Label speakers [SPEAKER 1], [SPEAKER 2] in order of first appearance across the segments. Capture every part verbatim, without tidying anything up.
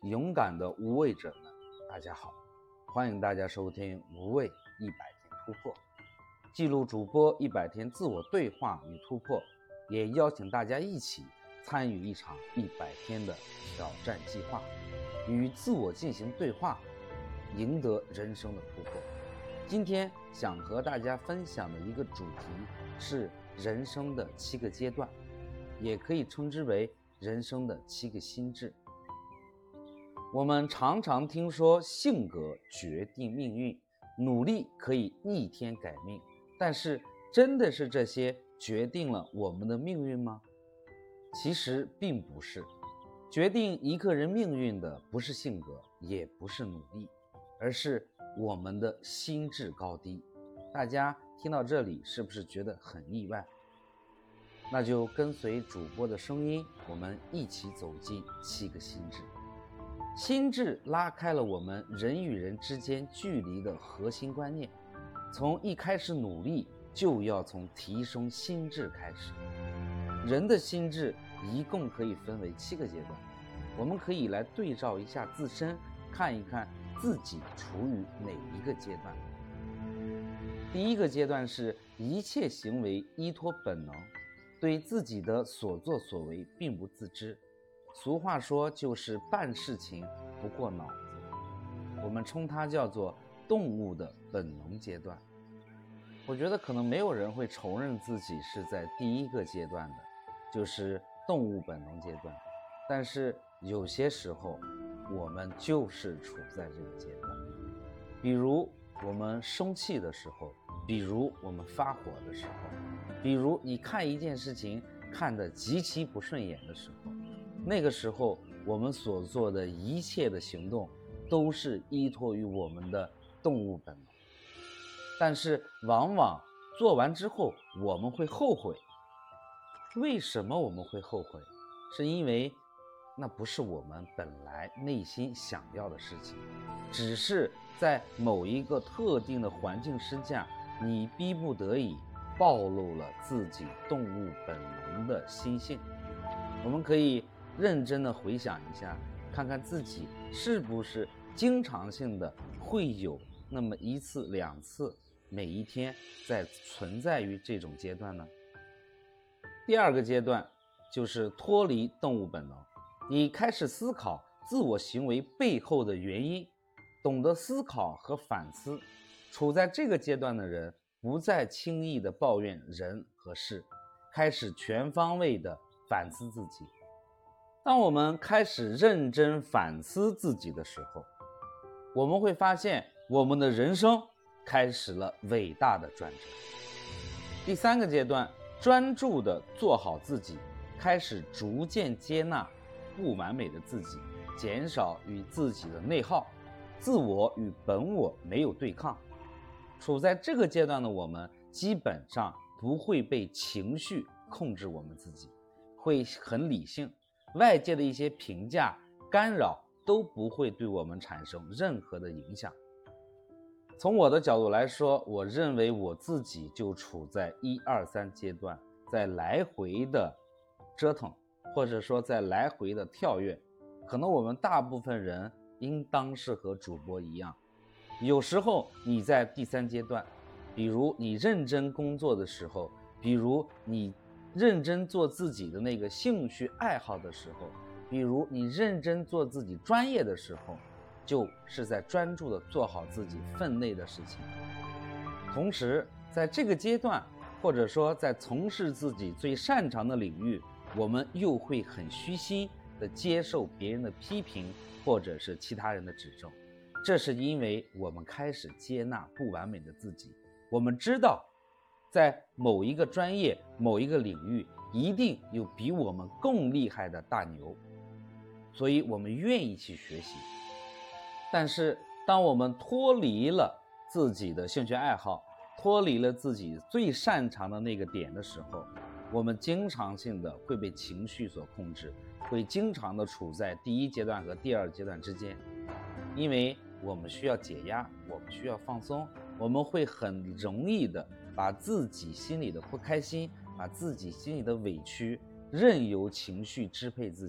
[SPEAKER 1] 勇敢的无畏者们，大家好，欢迎大家收听无畏一百天突破，记录主播一百天自我对话与突破，也邀请大家一起参与一场一百天的挑战计划，与自我进行对话，赢得人生的突破。今天想和大家分享的一个主题是人生的七个阶段，也可以称之为人生的七个心智。我们常常听说性格决定命运，努力可以逆天改命，但是真的是这些决定了我们的命运吗？其实并不是，决定一个人命运的不是性格，也不是努力，而是我们的心智高低。大家听到这里是不是觉得很意外？那就跟随主播的声音，我们一起走进七个心智。心智拉开了我们人与人之间距离的核心观念，从一开始努力就要从提升心智开始。人的心智一共可以分为七个阶段，我们可以来对照一下自身，看一看自己处于哪一个阶段。第一个阶段是一切行为依托本能，对自己的所作所为并不自知。俗话说就是办事情不过脑子，我们称它叫做动物的本能阶段。我觉得可能没有人会承认自己是在第一个阶段的，就是动物本能阶段，但是有些时候我们就是处在这个阶段。比如我们生气的时候，比如我们发火的时候，比如你看一件事情看得极其不顺眼的时候，那个时候我们所做的一切的行动都是依托于我们的动物本能，但是往往做完之后我们会后悔。为什么我们会后悔？是因为那不是我们本来内心想要的事情，只是在某一个特定的环境之下，你逼不得已暴露了自己动物本能的心性。我们可以认真的回想一下，看看自己是不是经常性的会有那么一次两次，每一天在存在于这种阶段呢？第二个阶段就是脱离动物本能，你开始思考自我行为背后的原因，懂得思考和反思。处在这个阶段的人不再轻易的抱怨人和事，开始全方位的反思自己。当我们开始认真反思自己的时候，我们会发现我们的人生开始了伟大的转折。第三个阶段，专注的做好自己，开始逐渐接纳不完美的自己，减少与自己的内耗，自我与本我没有对抗。处在这个阶段的我们，基本上不会被情绪控制我们自己，会很理性，外界的一些评价干扰都不会对我们产生任何的影响。从我的角度来说，我认为我自己就处在一二三阶段，在来回的折腾，或者说在来回的跳跃。可能我们大部分人应当是和主播一样，有时候你在第三阶段，比如你认真工作的时候，比如你认真做自己的那个兴趣爱好的时候，比如你认真做自己专业的时候，就是在专注的做好自己分内的事情。同时在这个阶段，或者说在从事自己最擅长的领域，我们又会很虚心的接受别人的批评或者是其他人的指正。这是因为我们开始接纳不完美的自己，我们知道在某一个专业某一个领域一定有比我们更厉害的大牛，所以我们愿意去学习。但是当我们脱离了自己的兴趣爱好，脱离了自己最擅长的那个点的时候，我们经常性的会被情绪所控制，会经常的处在第一阶段和第二阶段之间。因为我们需要解压，我们需要放松，我们会很容易的把自己心里的不开心，把自己心里的委屈任由情绪支配自己，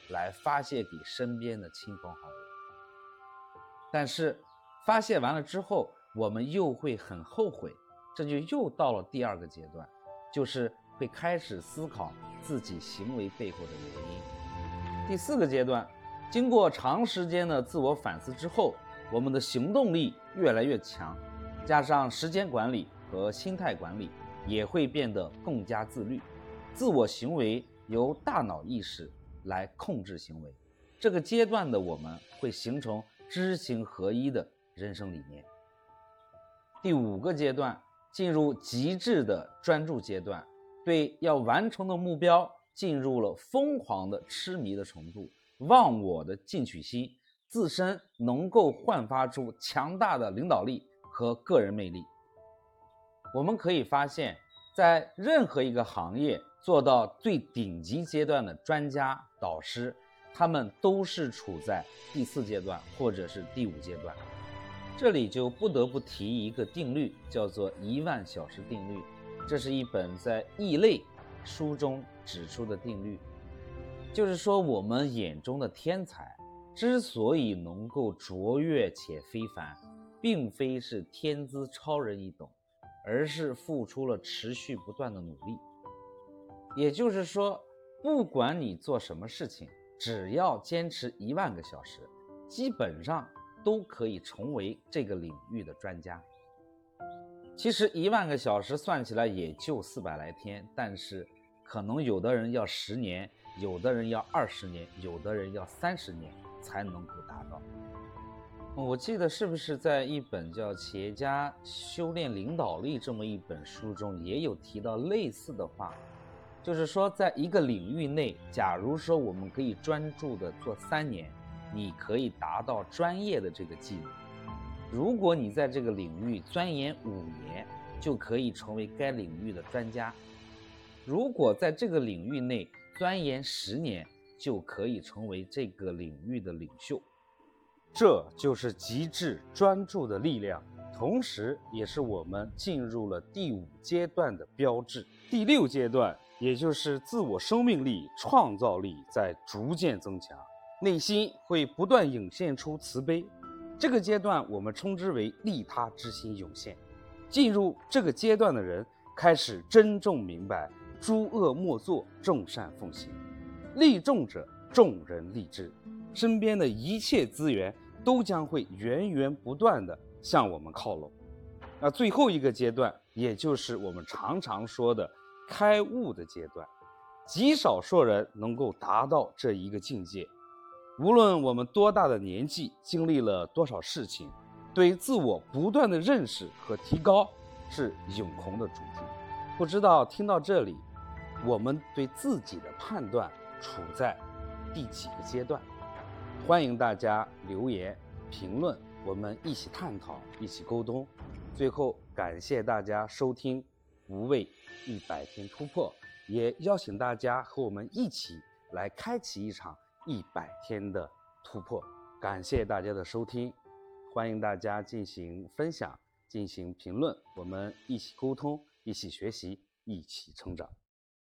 [SPEAKER 1] 来发泄给身边的亲朋好友。但是发泄完了之后，我们又会很后悔，这就又到了第二个阶段，就是会开始思考自己行为背后的原因。第四个阶段，经过长时间的自我反思之后，我们的行动力越来越强，加上时间管理和心态管理也会变得更加自律，自我行为由大脑意识来控制行为。这个阶段的我们会形成知行合一的人生理念。第五个阶段，进入极致的专注阶段，对要完成的目标进入了疯狂的痴迷的程度，忘我的进取心，自身能够焕发出强大的领导力和个人魅力。我们可以发现，在任何一个行业做到最顶级阶段的专家导师，他们都是处在第四阶段或者是第五阶段。这里就不得不提一个定律，叫做一万小时定律。这是一本在异类书中指出的定律，就是说我们眼中的天才之所以能够卓越且非凡，并非是天资超人一等，而是付出了持续不断的努力。也就是说，不管你做什么事情，只要坚持一万个小时，基本上都可以成为这个领域的专家。其实一万个小时算起来也就四百来天，但是可能有的人要十年，有的人要二十年，有的人要三十年才能够达到。我记得是不是在一本叫《企业家修炼领导力》这么一本书中也有提到类似的话，就是说在一个领域内，假如说我们可以专注的做三年，你可以达到专业的这个技能。如果你在这个领域钻研五年，就可以成为该领域的专家。如果在这个领域内钻研十年，就可以成为这个领域的领袖。这就是极致专注的力量，同时也是我们进入了第五阶段的标志。第六阶段，也就是自我生命力、创造力在逐渐增强，内心会不断涌现出慈悲。这个阶段我们称之为利他之心涌现。进入这个阶段的人开始真正明白诸恶莫作，众善奉行，利众者众人利之，身边的一切资源都将会源源不断地向我们靠拢。那最后一个阶段，也就是我们常常说的开悟的阶段，极少数人能够达到这一个境界。无论我们多大的年纪，经历了多少事情，对自我不断的认识和提高是永恒的主题。不知道听到这里，我们对自己的判断处在第几个阶段？欢迎大家留言评论，我们一起探讨，一起沟通。最后感谢大家收听无畏一百天突破，也邀请大家和我们一起来开启一场一百天的突破。感谢大家的收听，欢迎大家进行分享，进行评论，我们一起沟通，一起学习，一起成长。